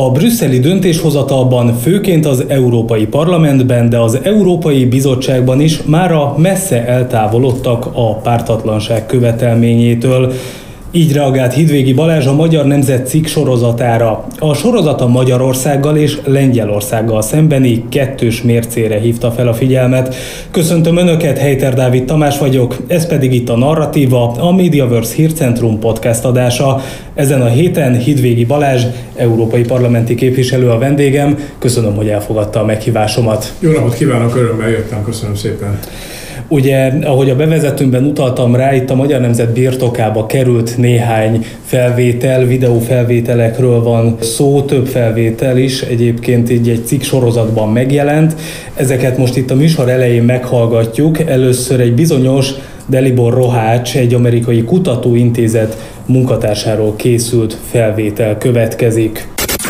A brüsszeli döntéshozatalban, főként az Európai Parlamentben, de az Európai Bizottságban is mára messze eltávolodtak a pártatlanság követelményétől. Így reagált Hidvégi Balázs a Magyar Nemzet cikk sorozatára. A sorozat a Magyarországgal és Lengyelországgal szembeni kettős mércére hívta fel a figyelmet. Köszöntöm Önöket, Heiter Dávid Tamás vagyok, ez pedig itt a Narratíva, a Mediaverse Hírcentrum podcast adása. Ezen a héten Hidvégi Balázs, európai parlamenti képviselő a vendégem. Köszönöm, hogy elfogadta a meghívásomat. Jó napot kívánok, örömmel jöttem, köszönöm szépen. Ugye, ahogy a bevezetőmben utaltam rá, itt a Magyar Nemzet birtokába került néhány felvétel, videófelvételekről van szó, több felvétel is egyébként így egy cikk sorozatban megjelent. Ezeket most itt a műsor elején meghallgatjuk. Először egy bizonyos Dalibor Rohács, egy amerikai kutatóintézet munkatársáról készült felvétel következik.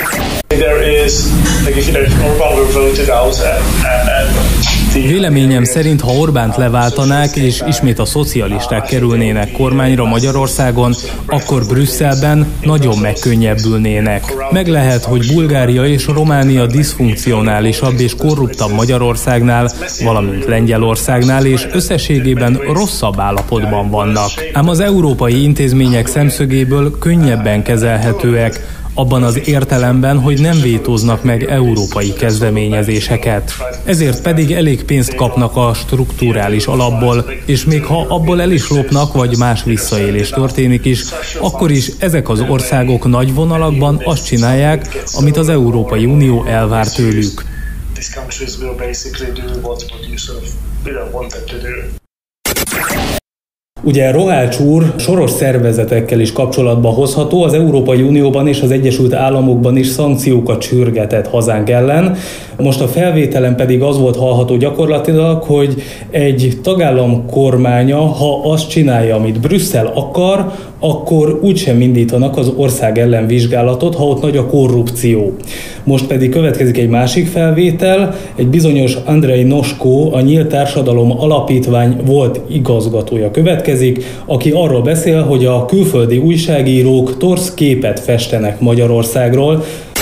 Véleményem szerint, ha Orbánt leváltanák és ismét a szocialisták kerülnének kormányra Magyarországon, akkor Brüsszelben nagyon megkönnyebbülnének. Meg lehet, hogy Bulgária és Románia diszfunkcionálisabb és korruptabb Magyarországnál, valamint Lengyelországnál, és összességében rosszabb állapotban vannak. Ám az európai intézmények szemszögéből könnyebben kezelhetőek, abban az értelemben, hogy nem vétóznak meg európai kezdeményezéseket. Ezért pedig elég pénzt kapnak a strukturális alapból, és még ha abból el is lopnak, vagy más visszaélés történik is, akkor is ezek az országok nagy vonalakban azt csinálják, amit az Európai Unió elvár tőlük. Ugye Rohács úr soros szervezetekkel is kapcsolatba hozható, az Európai Unióban és az Egyesült Államokban is szankciókat sürgetett hazánk ellen. Most a felvételen pedig az volt hallható gyakorlatilag, hogy egy tagállam kormánya, ha azt csinálja, amit Brüsszel akar, akkor úgysem indítanak az ország ellen vizsgálatot, ha ott nagy a korrupció. Most pedig következik egy másik felvétel, egy bizonyos Andrej Nosko, a Nyílt Társadalom Alapítvány volt igazgatója következik, aki arról beszél, hogy a külföldi újságírók torz képet festenek Magyarországról.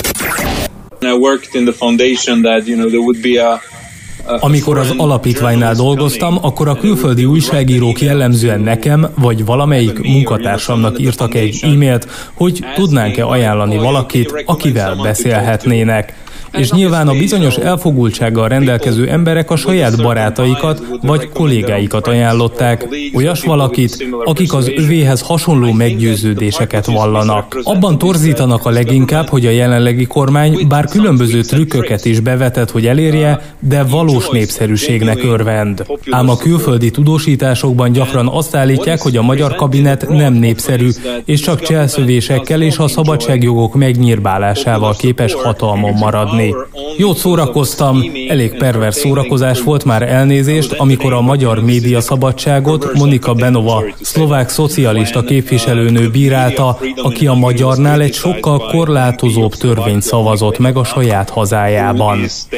Amikor az alapítványnál dolgoztam, akkor a külföldi újságírók jellemzően nekem vagy valamelyik munkatársamnak írtak egy e-mailt, hogy tudnánk-e ajánlani valakit, akivel beszélhetnének. És nyilván a bizonyos elfogultsággal rendelkező emberek a saját barátaikat vagy kollégáikat ajánlották, olyas valakit, akik az övéhez hasonló meggyőződéseket vallanak. Abban torzítanak a leginkább, hogy a jelenlegi kormány bár különböző trükköket is bevetett, hogy elérje, de valós népszerűségnek örvend. Ám a külföldi tudósításokban gyakran azt állítják, hogy a magyar kabinet nem népszerű, és csak cselszövésekkel és a szabadságjogok megnyírbálásával képes hatalmon maradni. Jót szórakoztam, elég pervers szórakozás volt, már elnézést, amikor a magyar médiaszabadságot Monika Benova, szlovák szocialista képviselőnő bírálta, aki a magyarnál egy sokkal korlátozóbb törvényt szavazott meg a saját hazájában.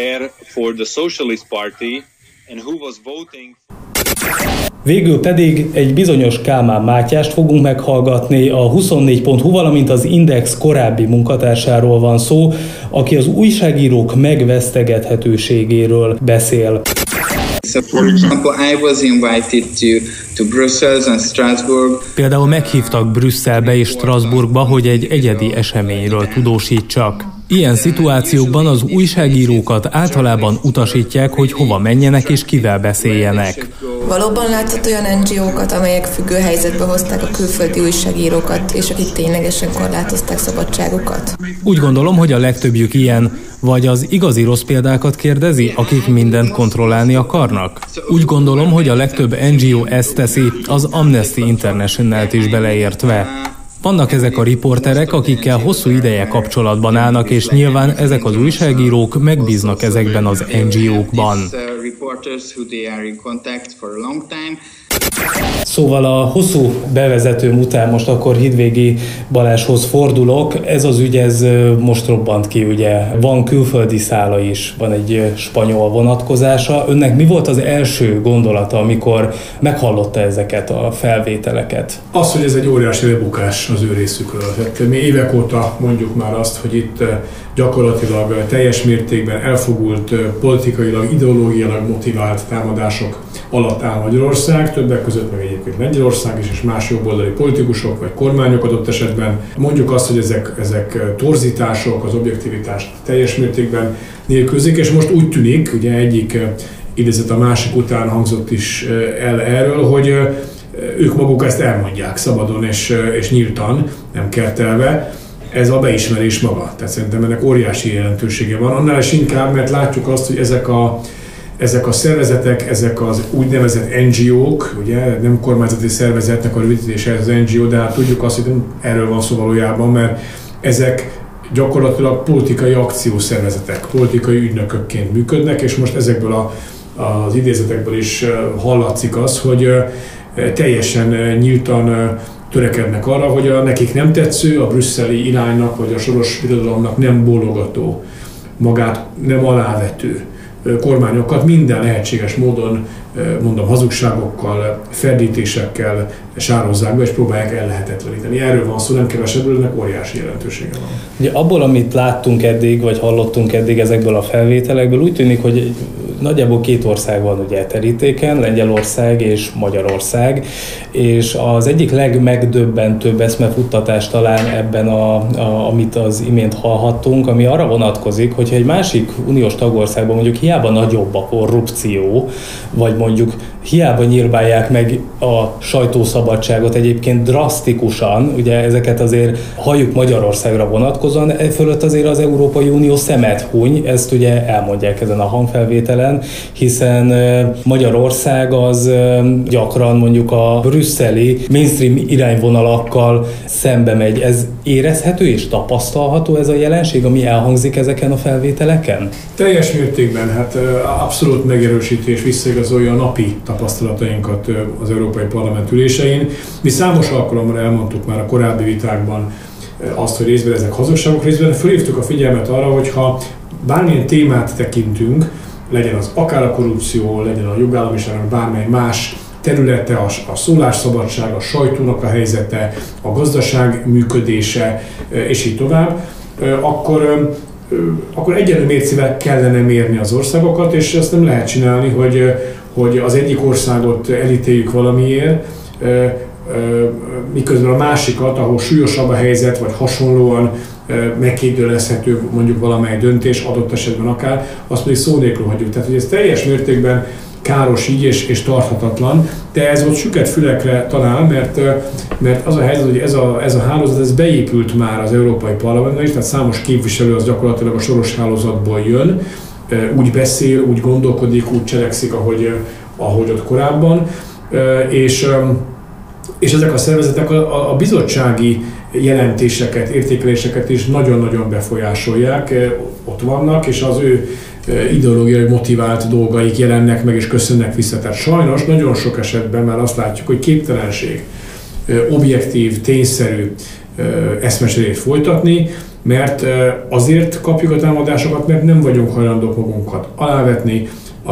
Végül pedig egy bizonyos Kálmán Mátyást fogunk meghallgatni, a 24.hu, valamint az Index korábbi munkatársáról van szó, aki az újságírók megvesztegethetőségéről beszél. For example, I was invited to Brussels and Strasbourg. Például meghívtak Brüsszelbe és Strasbourgba, hogy egy egyedi eseményről tudósítsak. Ilyen szituációkban az újságírókat általában utasítják, hogy hova menjenek és kivel beszéljenek. Valóban látszott olyan NGO-kat, amelyek függő helyzetbe hozták a külföldi újságírókat, és akik ténylegesen korlátozták szabadságukat? Úgy gondolom, hogy a legtöbbjük ilyen, vagy az igazi rossz példákat kérdezi, akik mindent kontrollálni akarnak. Úgy gondolom, hogy a legtöbb NGO ezt teszi, az Amnesty International-t is beleértve. Vannak ezek a riporterek, akikkel hosszú ideje kapcsolatban állnak, és nyilván ezek az újságírók megbíznak ezekben az NGO-kban. Szóval a hosszú bevezetőm után most akkor Hidvégi Balázshoz fordulok. Ez az ügy, ez most robbant ki, ugye. Van külföldi szála is, van egy spanyol vonatkozása. Önnek mi volt az első gondolata, amikor meghallotta ezeket a felvételeket? Az, hogy ez egy óriási lebukás az ő részükről. Tehát mi évek óta mondjuk már azt, hogy itt gyakorlatilag teljes mértékben elfogult, politikailag, ideológiailag motivált támadások alatt áll Magyarország, többek között meg egyébként Lengyelország is, és más jobboldali politikusok vagy kormányok adott esetben. Mondjuk azt, hogy ezek torzítások, az objektivitást teljes mértékben nélkülzik, és most úgy tűnik, ugye egyik idézet a másik után hangzott is el erről, hogy ők maguk ezt elmondják szabadon és nyíltan, nem kertelve. Ez a beismerés maga. Tehát szerintem ennek óriási jelentősége van. Annál is inkább, mert látjuk azt, hogy ezek a szervezetek, ezek az úgynevezett NGO-k, ugye nem kormányzati szervezetnek a rövidítése ez az NGO, de hát tudjuk azt, hogy nem erről van szó valójában, mert ezek gyakorlatilag politikai akciószervezetek, politikai ügynökökként működnek, és most ezekből az idézetekből is hallatszik az, hogy teljesen nyíltan törekednek arra, hogy a nekik nem tetsző, a brüsszeli iránynak vagy a soros birodalomnak nem bólogató, magát nem alávető kormányokat minden lehetséges módon, mondom, hazugságokkal, ferdítésekkel sározzák be, és próbálják ellehetetleníteni. Erről van szó, nem kevesebből, ennek óriási jelentősége van. Ugye abból, amit láttunk eddig, vagy hallottunk eddig ezekből a felvételekből, úgy tűnik, hogy nagyjából két ország van ugye terítéken, Lengyelország és Magyarország, és az egyik legmegdöbbentőbb eszmefuttatás talán ebben, amit az imént hallhattunk, ami arra vonatkozik, hogyha egy másik uniós tagországban mondjuk hiába nagyobb a korrupció, vagy mondjuk hiába nyírbálják meg a sajtószabadságot egyébként drasztikusan, ugye ezeket azért halljuk Magyarországra vonatkozóan, e fölött azért az Európai Unió szemet huny, ezt ugye elmondják ezen a hangfelvételen, hiszen Magyarország az gyakran mondjuk a brüsszeli mainstream irányvonalakkal szembe megy. Ez érezhető és tapasztalható ez a jelenség, ami elhangzik ezeken a felvételeken? Teljes mértékben, hát abszolút megerősíti és visszaigazolja a napi tapasztalatainkat az Európai Parlament ülésein. Mi számos alkalommal elmondtuk már a korábbi vitákban azt, hogy részben ezek hazugságok, részben fölhívtuk a figyelmet arra, hogy ha bármilyen témát tekintünk, legyen az akár a korrupció, legyen a jogállamiságnak bármely más területe, a szólásszabadság, a sajtónak a helyzete, a gazdaság működése, és így tovább, akkor egyenlő mércével kellene mérni az országokat, és ezt nem lehet csinálni, hogy az egyik országot elítéljük valamiért, miközben a másikat, ahol súlyosabb a helyzet, vagy hasonlóan megkérdőjelezhető mondjuk valamely döntés, adott esetben akár, azt pedig szó nélkül hagyjuk. Tehát, hogy ez teljes mértékben káros így és tarthatatlan, de ez ott süket fülekre talál, mert az a helyzet, hogy ez a hálózat ez beépült már az Európai Parlamentben is, tehát számos képviselő az gyakorlatilag a soros hálózatból jön, úgy beszél, úgy gondolkodik, úgy cselekszik, ahogy ott korábban, és ezek a szervezetek a bizottsági jelentéseket, értékeléseket is nagyon-nagyon befolyásolják, ott vannak, és az ő ideológiai motivált dolgaik jelennek meg és köszönnek vissza. Tehát sajnos nagyon sok esetben már azt látjuk, hogy képtelenség objektív, tényszerű eszmecserét folytatni, mert azért kapjuk a támadásokat, mert nem vagyunk hajlandók magunkat alávetni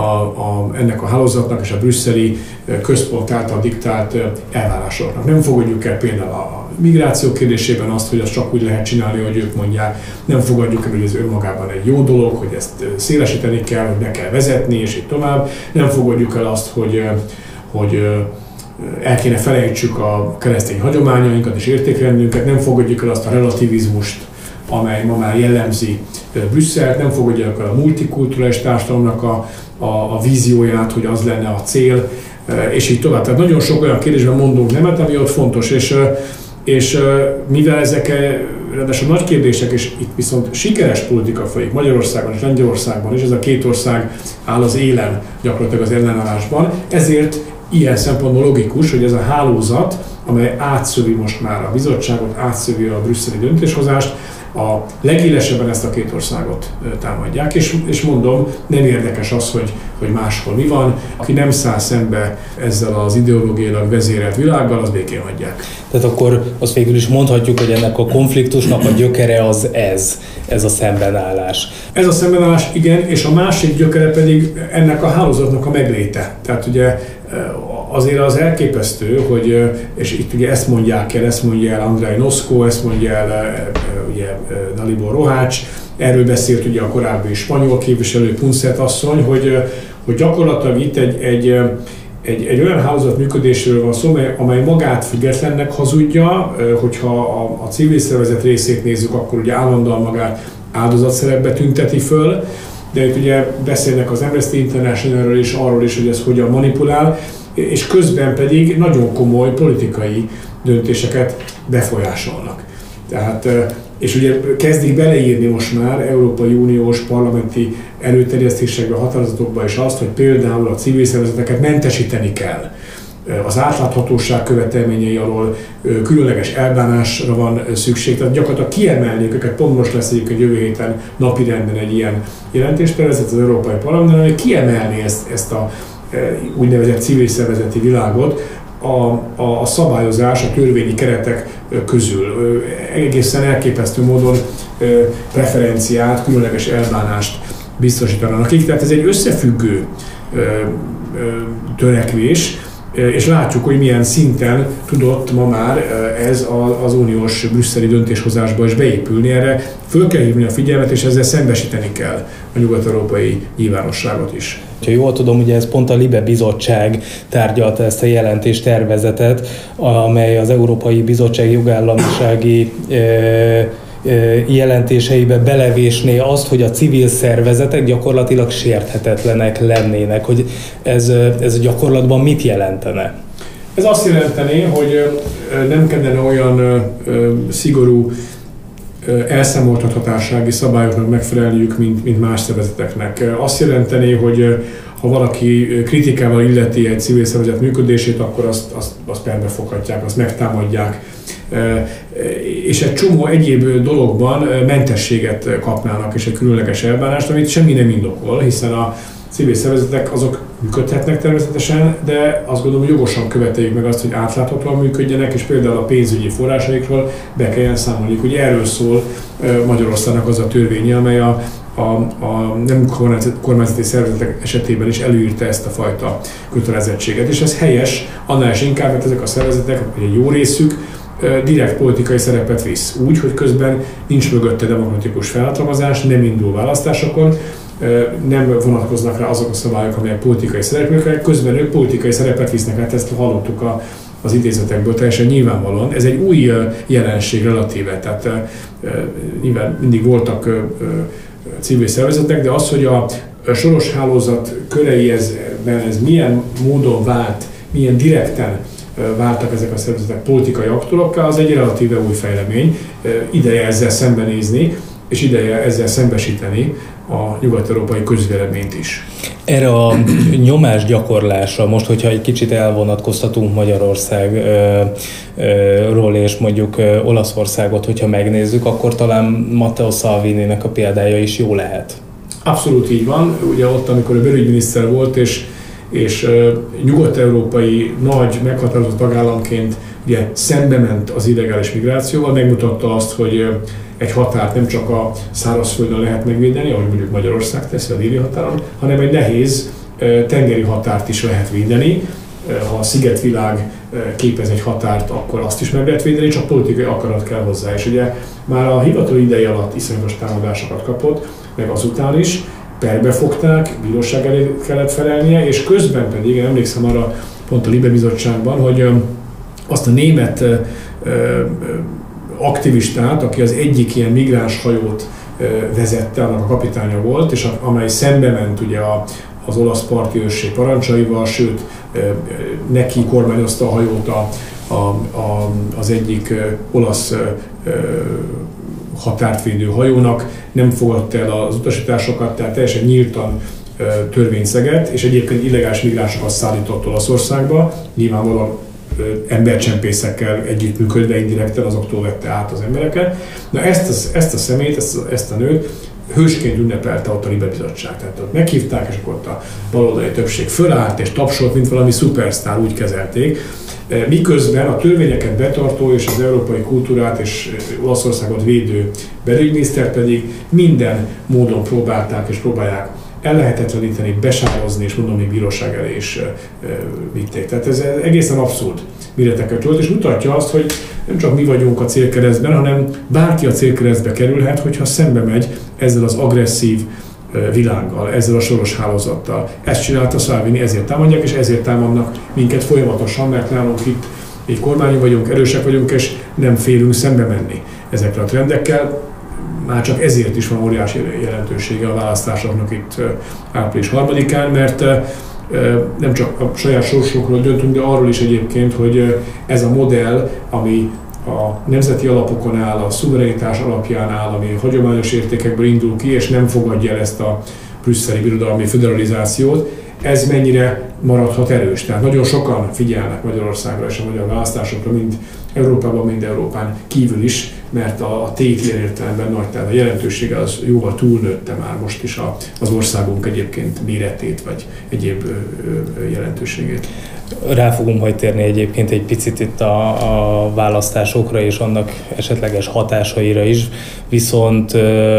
ennek a hálózatnak és a brüsszeli központ által diktált elvárásoknak. Nem fogadjuk el például a migráció kérdésében azt, hogy azt csak úgy lehet csinálni, hogy ők mondják, nem fogadjuk el, hogy ez önmagában egy jó dolog, hogy ezt szélesíteni kell, hogy be kell vezetni, és így tovább. Nem fogadjuk el azt, hogy el kéne felejtsük a keresztény hagyományainkat és értékrendünket, nem fogadjuk el azt a relativizmust, amely ma már jellemzi Brüsszelt, nem fogadjuk el a multikulturális társadalomnak a vízióját, hogy az lenne a cél, és így tovább. Tehát nagyon sok olyan kérdésben mondunk nemet, ami ott fontos, és mivel ezek ráadásul nagy kérdések, és itt viszont sikeres politika folyik Magyarországon és Lengyelországban, és ez a két ország áll az élen gyakorlatilag az ellenállásban, ezért ilyen szempontból logikus, hogy ez a hálózat, amely átszövi most már a bizottságot, átszövi a brüsszeli döntéshozást, a legélesebben ezt a két országot támadják, és mondom, nem érdekes az, hogy máshol mi van. Aki nem száll szembe ezzel az ideológiailag vezérelt világgal, az békén hagyják. Tehát akkor azt végül is mondhatjuk, hogy ennek a konfliktusnak a gyökere az ez a szembenállás. Ez a szembenállás, igen, és a másik gyökere pedig ennek a hálózatnak a megléte. Tehát ugye azért az elképesztő, hogy, és itt ugye ezt mondja el Andrei Nosko, ezt mondja el ugye Dalibor Rohács, erről beszélt ugye a korábbi spanyol képviselő Punset asszony, hogy gyakorlatilag itt egy olyan hálózat működésről van szó, amely magát függetlennek hazudja, hogyha a civil szervezet részét nézzük, akkor ugye állandóan magát áldozatszerepbe tünteti föl, de itt ugye beszélnek az Amnesty Internationalről is, arról is, hogy ez hogyan manipulál, és közben pedig nagyon komoly politikai döntéseket befolyásolnak. Tehát, és ugye kezdik beleírni most már Európai Uniós parlamenti előterjesztésekbe, határozatokba is azt, hogy például a civil szervezeteket mentesíteni kell. Az átláthatóság követelményei alól különleges elbánásra van szükség, tehát gyakorlatilag kiemelnék őket, pont most lesz egyébként jövő héten napirenden egy ilyen jelentéstervezet az Európai Parlamentben, ami kiemelni ezt a úgynevezett civil szervezeti világot a szabályozás, a törvényi keretek közül. Egészen elképesztő módon preferenciát, különleges elbánást biztosítanak nekik, tehát ez egy összefüggő törekvés, és látjuk, hogy milyen szinten tudott ma már ez az uniós brüsszeli döntéshozásba is beépülni. Erre föl kell hívni a figyelmet, és ezzel szembesíteni kell a nyugat-európai nyilvánosságot is. Ha jól tudom, ugye ez pont a LIBE bizottság tárgyalta ezt a jelentéstervezetet, amely az Európai Bizottság jogállamisági jelentéseibe belevésné azt, hogy a civil szervezetek gyakorlatilag sérthetetlenek lennének, hogy ez gyakorlatban mit jelentene? Ez azt jelenteni, hogy nem kellene olyan szigorú elszámoltathatósági szabályoknak megfelelniük, mint más szervezeteknek. Azt jelenteni, hogy ha valaki kritikával illeti egy civil szervezet működését, akkor azt perbe foghatják, azt megtámadják. És egy csomó egyéb dologban mentességet kapnának, és egy különleges elbánást, amit semmi nem indokol, hiszen a civil szervezetek azok működhetnek természetesen, de azt gondolom, hogy jogosan követeljük meg azt, hogy átláthatóan működjenek, és például a pénzügyi forrásaikról be kelljen számolniuk. Ugye erről szól Magyarországnak az a törvénye, amely a nem kormányzati szervezetek esetében is előírta ezt a fajta kötelezettséget. És ez helyes, annál is inkább, mert ezek a szervezetek, egy jó részük direkt politikai szerepet visz. Úgy, hogy közben nincs mögötte demokratikus felhatalmazás, nem indul választásokon, nem vonatkoznak rá azok a szabályok, amelyek politikai szereplők, közben ők politikai szerepet visznek, hát ezt hallottuk az idézetekből teljesen nyilvánvalóan. Ez egy új jelenség relatíve, tehát nyilván mindig voltak civil szervezetek, de az, hogy a soros hálózat köreiben ez milyen módon vált, milyen direkten váltak ezek a szervezetek politikai aktorokká, az egy relatíve új fejlemény. Ideje ezzel szembenézni, és ideje ezzel szembesíteni a nyugat-európai közvéleményt is. Erre a nyomásgyakorlásra most, hogyha egy kicsit elvonatkoztatunk Magyarországról és mondjuk Olaszországot, hogyha megnézzük, akkor talán Matteo Salvininek a példája is jó lehet. Abszolút így van. Ugye ott, amikor a belügyminiszter volt, és nyugat-európai nagy meghatározott tagállamként ugye szembe ment az illegális migrációval, megmutatta azt, hogy egy határt nem csak a szárazföldön lehet megvédeni, ahogy mondjuk Magyarország teszi a déli határon, hanem egy nehéz tengeri határt is lehet védeni. Ha a szigetvilág képez egy határt, akkor azt is meg lehet védeni, csak politikai akarat kell hozzá. És ugye már a hivatali ideje alatt iszonyatos támadásokat kapott, meg azután is, perbe fogták, bíróság elé kellett felelnie, és közben pedig, én emlékszem arra pont a LIBE bizottságban, hogy azt a német aktivistát, aki az egyik ilyen migráns hajót vezette, annak a kapitánya volt, és amely szembe ment ugye az olasz parti őrség parancsaival, sőt neki kormányozta a hajót az egyik olasz határt védő hajónak, nem fogadta el az utasításokat, tehát teljesen nyíltan törvényszegett, és egyébként illegális migránsokat szállított Olaszországba, nyilvánvalóan embercsempészekkel együttműködve indirekten azoktól vette át az embereket. Na ezt a szemét, ezt a nőt hősként ünnepelte ott a LIBE bizottság. Tehát ott meghívták, és akkor ott a baloldali többség fölállt és tapsolt, mint valami szupersztár, úgy kezelték. Miközben a törvényeket betartó és az európai kultúrát és Olaszországot védő belügyminiszter pedig minden módon próbálták és próbálják ellehetetleníteni, besározni, és mondom, még bíróság elé is vitték. Tehát ez egészen abszurd méreteket ölt, és mutatja azt, hogy nem csak mi vagyunk a célkeresztben, hanem bárki a célkeresztbe kerülhet, hogyha szembe megy ezzel az agresszív világgal, ezzel a soros hálózattal. Ezt csinálta Salvini, ezért támadják, és ezért támadnak minket folyamatosan, mert nálunk itt egy kormányon vagyunk, erősek vagyunk, és nem félünk szembe menni ezekre a trendekkel. Már csak ezért is van óriási jelentősége a választásoknak itt április 3-án, mert nem csak a saját sorsokról döntünk, de arról is egyébként, hogy ez a modell, ami a nemzeti alapokon áll, a szuverenitás alapján áll, ami hagyományos értékekből indul ki, és nem fogadja el ezt a brüsszeli birodalmi föderalizációt, ez mennyire maradhat erős. Tehát nagyon sokan figyelnek Magyarországra és a magyar választásokra, mind Európában, mind Európán kívül is, mert a tét ilyen értelemben nagy, tehát a jelentősége az jóval túlnőtte már most is az országunk egyébként méretét, vagy egyéb jelentőségét. Rá fogunk majd térni egyébként egy picit itt a választásokra és annak esetleges hatásaira is, viszont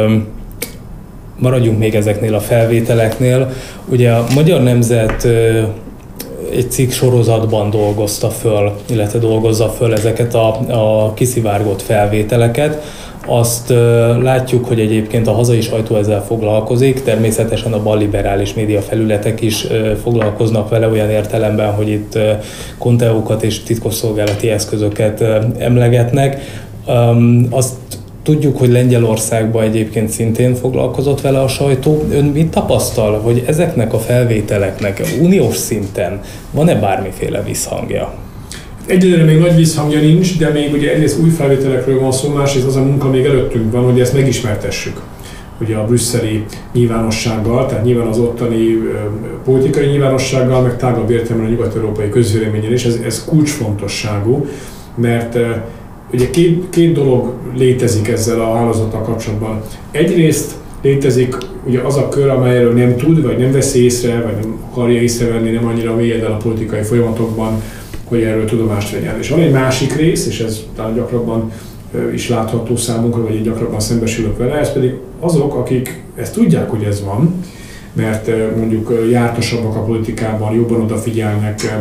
maradjunk még ezeknél a felvételeknél. Ugye a Magyar Nemzet egy cikk sorozatban dolgozta föl, illetve dolgozza föl ezeket a kiszivárgott felvételeket. Azt látjuk, hogy egyébként a hazai sajtó ezzel foglalkozik, természetesen a balliberális média felületek is foglalkoznak vele olyan értelemben, hogy itt konteókat és titkosszolgálati eszközöket emlegetnek. Azt tudjuk, hogy Lengyelországban egyébként szintén foglalkozott vele a sajtó. Ön mit tapasztal, hogy ezeknek a felvételeknek uniós szinten van-e bármiféle visszhangja? Egyelőre még nagy visszhangja nincs, de még ugye egyrészt új felvételekről van szó, másrészt az a munka még előttünk van, hogy ezt megismertessük ugye a brüsszeli nyilvánossággal, tehát nyilván az ottani politikai nyilvánossággal, meg tágabb értelemben a nyugat-európai közvéleményen is. Ez kulcsfontosságú, mert ugye két dolog létezik ezzel a hálózattal kapcsolatban. Egyrészt létezik ugye az a kör, amelyről nem tud, vagy nem veszi észre, vagy nem akarja észrevenni, nem annyira mélyedel a politikai folyamatokban, hogy erről tudomást vegyen. És van egy másik rész, és ez talán gyakrabban is látható számunkra, vagy én gyakrabban szembesülök vele, ez pedig azok, akik ezt tudják, hogy ez van, mert mondjuk jártasabbak a politikában, jobban odafigyelnek,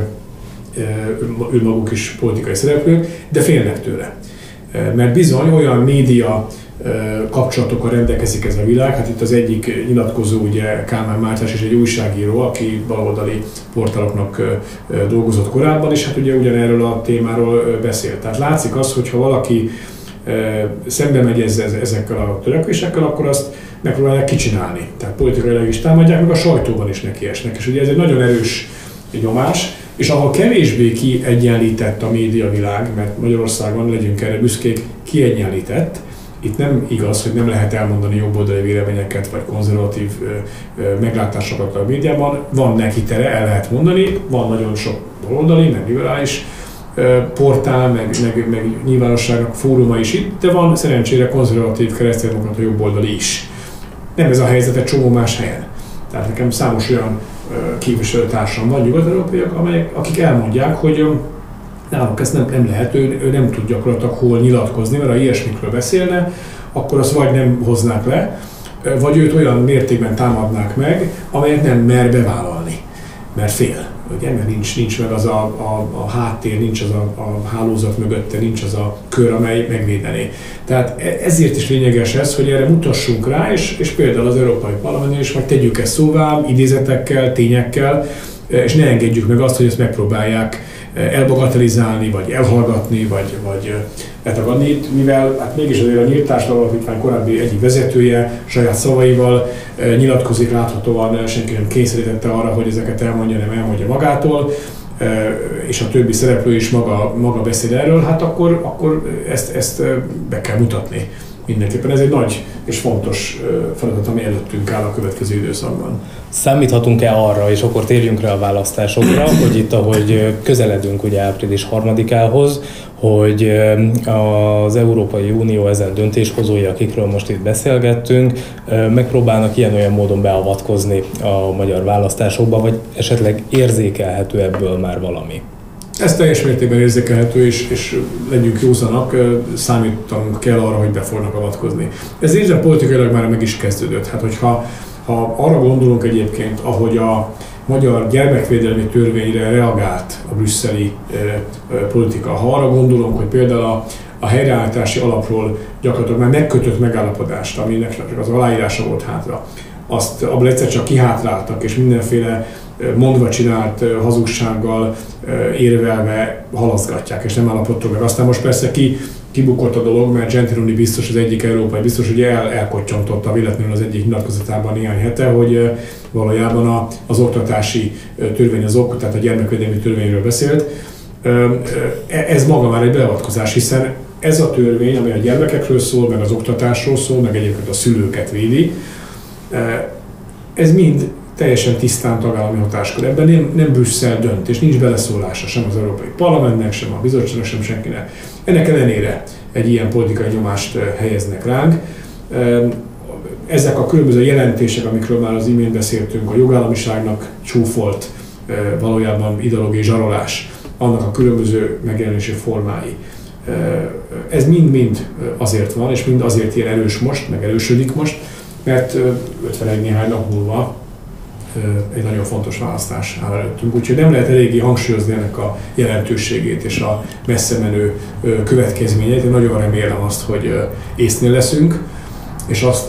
önmaguk is politikai szereplők, de félnek tőle. Mert bizony olyan média kapcsolatokkal rendelkezik ez a világ. Hát itt az egyik nyilatkozó, ugye Kálmán Mátyás, és egy újságíró, aki baloldali portáloknak dolgozott korábban, és hát ugye ugyanerről a témáról beszélt. Tehát látszik az, hogyha valaki szembe megy ezekkel a törekvésekkel, akkor azt megpróbálják kicsinálni. Tehát politikailag is támadják, meg a sajtóban is nekiesnek. És ugye ez egy nagyon erős nyomás, és ahol kevésbé kiegyenlített a médiavilág, mert Magyarországon, legyünk erre büszkék, kiegyenlített. Itt nem igaz, hogy nem lehet elmondani jobboldali véleményeket, vagy konzervatív meglátásokat a médiában. Van neki tere, el lehet mondani, van nagyon sok baloldali, meg liberális portál, meg nyilvánosságnak fóruma is itt, de van szerencsére konzervatív, kereszténydemokrata jobboldali is. Nem ez a helyzet egy csomó más helyen. Tehát nekem számos olyan képviselőtársam van nyugat-európaiak, akik elmondják, hogy náluk ezt nem lehet, ő nem tud gyakorlatilag hol nyilatkozni, mert ha ilyesmikről beszélne, akkor azt vagy nem hoznák le, vagy őt olyan mértékben támadnák meg, amelyet nem mer bevállalni, mert fél. Ugye? Mert nincs meg az a háttér, nincs az a hálózat mögötte, nincs az a kör, amely megvédené. Tehát ezért is lényeges ez, hogy erre mutassunk rá, és például az Európai Parlamentnél is majd tegyük ezt szóvá, idézetekkel, tényekkel, és ne engedjük meg azt, hogy ezt megpróbálják elbagatelizálni, vagy elhallgatni, vagy letagadni itt, mivel hát mégis azért a Nyílt Társadalom Alapítvány korábbi egyik vezetője saját szavaival nyilatkozik, láthatóan senki nem kényszerítette arra, hogy ezeket elmondja, nem elmondja magától, és a többi szereplő is maga beszél erről, hát akkor ezt be kell mutatni. Mindenképpen ez egy nagy és fontos feladat, ami előttünk áll a következő időszakban. Számíthatunk-e arra, és akkor térjünk rá a választásokra, hogy itt, ahogy közeledünk ugye április 3-ához, hogy az Európai Unió ezen döntéshozói, akikről most itt beszélgettünk, megpróbálnak ilyen-olyan módon beavatkozni a magyar választásokba, vagy esetleg érzékelhető ebből már valami? Ez teljes mértékben érzékelhető, és legyünk józanak, számítanunk kell arra, hogy be fognak avatkozni. Ez részben politikailag már meg is kezdődött. Hát hogyha Ha arra gondolunk egyébként, ahogy a magyar gyermekvédelmi törvényre reagált a brüsszeli politika, ha arra gondolunk, hogy például a helyreállítási alapról gyakorlatilag már megkötött megállapodást, aminek az aláírása volt hátra, azt abból egyszer csak kihátráltak, és mindenféle mondva csinált hazugsággal érvelve halaszgatják, és nem állapodtak meg. Aztán most persze kibukott a dolog, mert Gentiloni biztos, az egyik európai biztos, ugye elkocsantotta véletlenül az egyik nyilatkozatában néhány hete, hogy valójában az oktatási törvény, tehát a gyermekvédelmi törvényről beszélt. Ez maga már egy beavatkozás, hiszen ez a törvény, ami a gyermekekről szól, meg az oktatásról szól, meg egyébként a szülőket védi, ez mind teljesen tisztán tagállami hatáskör. Ebben nem Brüsszel dönt, és nincs beleszólása sem az Európai Parlamentnek, sem a bizottságnak, sem senkinek. Ennek ellenére egy ilyen politikai nyomást helyeznek ránk. Ezek a különböző jelentések, amikről már az imént beszéltünk, a jogállamiságnak csúfolt valójában ideológiai zsarolás, annak a különböző megjelenési formái. Ez mind-mind azért van, és mind azért ilyen erős most, meg erősödik most, mert 51 néhány nap múlva egy nagyon fontos választás áll előttünk. Úgyhogy nem lehet eléggé hangsúlyozni ennek a jelentőségét és a messze menő következményeit. Én nagyon remélem azt, hogy észnél leszünk, és azt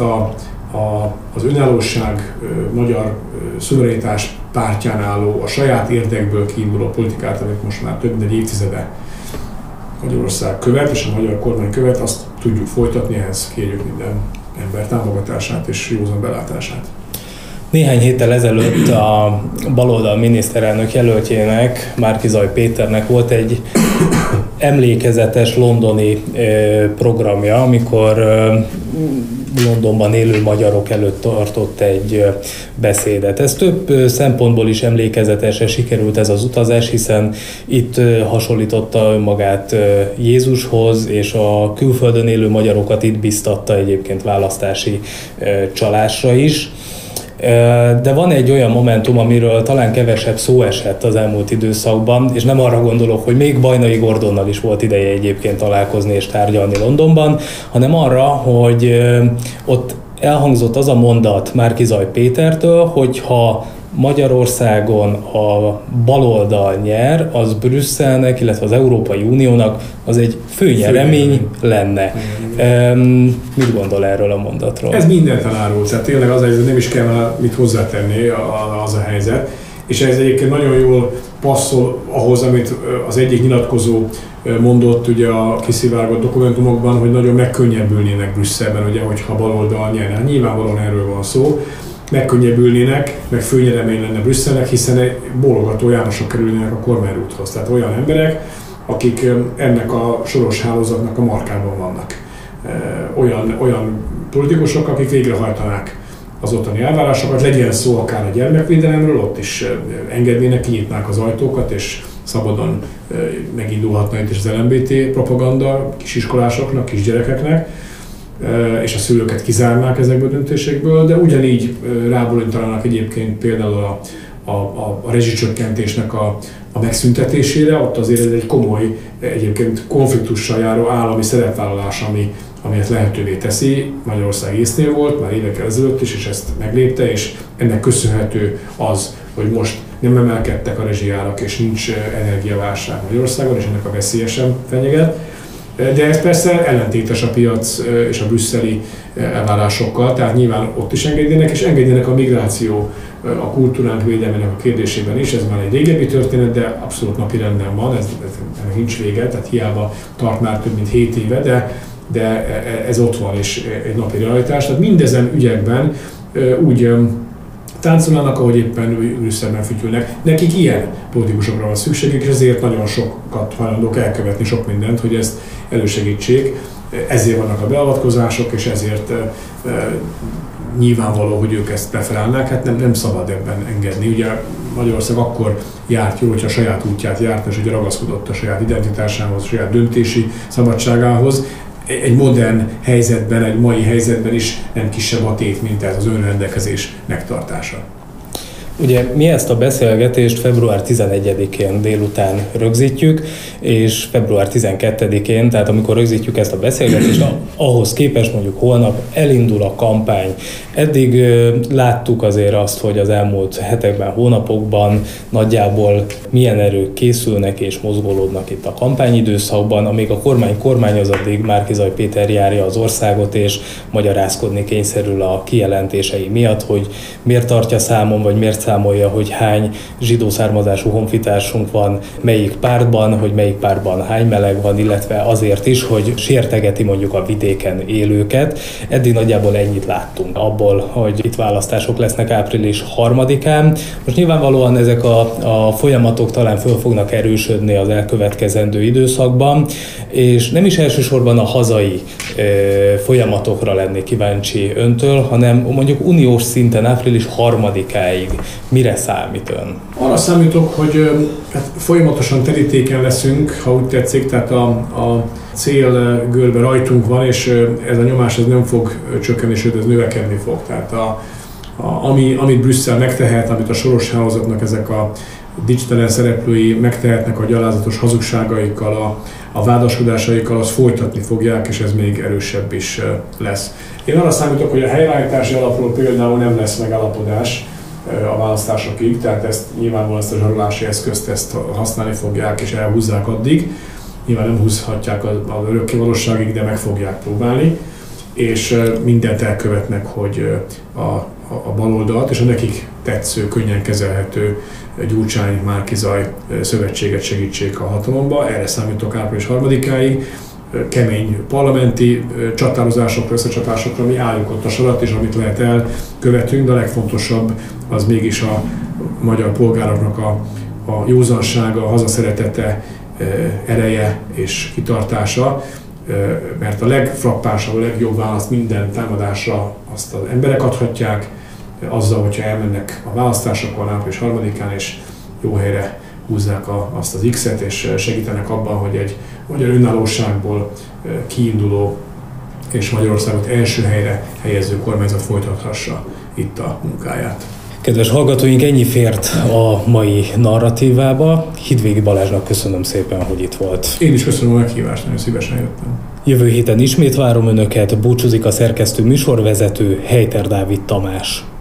az önállóság, magyar szuverenitás pártján álló, a saját érdekből kiinduló politikát, amit most már több mint egy évtizede Magyarország követ, és a magyar kormány követ, azt tudjuk folytatni, ehhez kérjük minden ember támogatását és józan belátását. Néhány héttel ezelőtt a baloldal miniszterelnök jelöltjének, Márki-Zay Péternek volt egy emlékezetes londoni programja, amikor Londonban élő magyarok előtt tartott egy beszédet. Ez több szempontból is emlékezetesre sikerült ez az utazás, hiszen itt hasonlította önmagát Jézushoz, és a külföldön élő magyarokat itt biztatta egyébként választási csalásra is. De van egy olyan momentum, amiről talán kevesebb szó esett az elmúlt időszakban, és nem arra gondolok, hogy még Bajnai Gordonnal is volt ideje egyébként találkozni és tárgyalni Londonban, hanem arra, hogy ott elhangzott az a mondat Márki-Zay Pétertől, hogy ha Magyarországon a baloldal nyer, az Brüsszelnek, illetve az Európai Uniónak az egy főnyeremény lenne. Mit gondol erről a mondatról? Ez mindent elárul, tehát tényleg az, hogy nem is kell mit hozzátenni az a helyzet. És ez egyébként nagyon jól passzol ahhoz, amit az egyik nyilatkozó mondott ugye a kiszivárgott dokumentumokban, hogy nagyon megkönnyebbülnének Brüsszelben, ugye, hogyha baloldal nyerne. Nyilvánvalóan erről van szó. Megkönnyebbülnének, meg főnyeremény lenne Brüsszelnek, hiszen bólogató Jánosok kerülnének a kormányrúthoz. Tehát olyan emberek, akik ennek a soros hálózatnak a markában vannak. Olyan politikusok, akik végrehajtanák az ottani elvárásokat, legyen szó akár a gyermekvédelemről, ott is engednének, kinyitnák az ajtókat, és szabadon megindulhatna itt is az LMBT propaganda kisiskolásoknak, kisgyerekeknek, és a szülőket kizárnák ezekből a döntésekből, de ugyanígy rábólintanának egyébként például a rezsicsökkentésnek a megszüntetésére, ott azért ez egy komoly, egyébként konfliktussal járó állami szerepvállalás, amelyet lehetővé teszi. Magyarország észnél volt már évekkel ezelőtt is, és ezt meglépte, és ennek köszönhető az, hogy most nem emelkedtek a rezsijárak, és nincs energiaválság Magyarországon, és ennek a veszélye sem fenyeget. De ez persze ellentétes a piac és a brüsszeli elvárásokkal, tehát nyilván ott is engedjenek, és engedjenek a migráció, a kultúránk védelmének a kérdésében is. Ez már egy régebbi történet, de abszolút napirenden van, ennek nincs vége, tehát hiába tart már több mint 7 éve, de ez ott van, és egy napi realitás. Tehát mindezen ügyekben úgy táncolnak, ahogy éppen Brüsszelben fütyülnek. Nekik ilyen politikusokra van szükségük, és ezért nagyon sokat hajlandók elkövetni, sok mindent, hogy ezt elősegítsék. Ezért vannak a beavatkozások, és ezért nyilvánvaló, hogy ők ezt preferálnák, hát nem szabad ebben engedni. Ugye Magyarország akkor járt jól, hogyha a saját útját járt, és ugye ragaszkodott a saját identitásához, a saját döntési szabadságához. Egy modern helyzetben, egy mai helyzetben is nem kisebb a tét, mint ez az önrendelkezés megtartása. Ugye mi ezt a beszélgetést február 11-én délután rögzítjük, és február 12-én, tehát amikor rögzítjük ezt a beszélgetést, ahhoz képest mondjuk holnap elindul a kampány. Eddig láttuk azért azt, hogy az elmúlt hetekben, hónapokban nagyjából milyen erők készülnek és mozgolódnak itt a kampányidőszakban, amíg a kormány kormányoz, addig Márki-Zay Péter járja az országot, és magyarázkodni kényszerül a kijelentései miatt, hogy miért tartja számon, vagy miért számolja, hogy hány zsidó származású honfitársunk van, melyik pártban, hogy melyik pártban hány meleg van, illetve azért is, hogy sértegeti mondjuk a vidéken élőket. Eddig nagyjából ennyit láttunk abból, hogy itt választások lesznek április 3-án. Most nyilvánvalóan ezek a folyamatok talán föl fognak erősödni az elkövetkezendő időszakban, és nem is elsősorban a hazai folyamatokra lennék kíváncsi öntől, hanem mondjuk uniós szinten április 3-áig mire számít ön? Arra számítok, hogy folyamatosan terítéken leszünk, ha úgy tetszik, tehát a célgörbe rajtunk van, és ez a nyomás ez nem fog csökkenni, sőt ez növekedni fog. Tehát amit Brüsszel megtehet, amit a Soros hálózatnak ezek a digitalen szereplői megtehetnek a gyalázatos hazugságaikkal, a vádaskodásaikkal, azt folytatni fogják, és ez még erősebb is lesz. Én arra számítok, hogy a helyreállítási alapról például nem lesz megállapodás a választásokig, tehát ezt nyilvánvalóan ezt a zsarolási eszközt ezt használni fogják és elhúzzák addig. Nyilván nem húzhatják az örökké valóságig, de meg fogják próbálni, és mindent elkövetnek, hogy a baloldalt és a nekik tetsző, könnyen kezelhető Gyurcsány-Márki-Zay szövetséget segítsék a hatalomba. Erre számítok április 3-áig. Kemény parlamenti csatározásokra, összecsapásokra mi álljuk ott a sorat, és amit lehet elkövetünk, de a legfontosabb az mégis a magyar polgároknak a józansága, a hazaszeretete, ereje és kitartása, mert a legfrappánsabb, a legjobb választ minden támadásra azt az emberek adhatják, azzal, hogyha elmennek a választásokon április 3-án, és jó helyre húzzák azt az X-et, és segítenek abban, hogy egy magyar önállóságból kiinduló és Magyarországot első helyre helyező kormányzat folytathassa itt a munkáját. Kedves hallgatóink, ennyi fért a mai narratívába. Hidvégi Balázsnak köszönöm szépen, hogy itt volt. Én is köszönöm a meghívást, nagyon szívesen jöttem. Jövő héten ismét várom önöket, búcsúzik a szerkesztő műsorvezető, Helyter Dávid Tamás.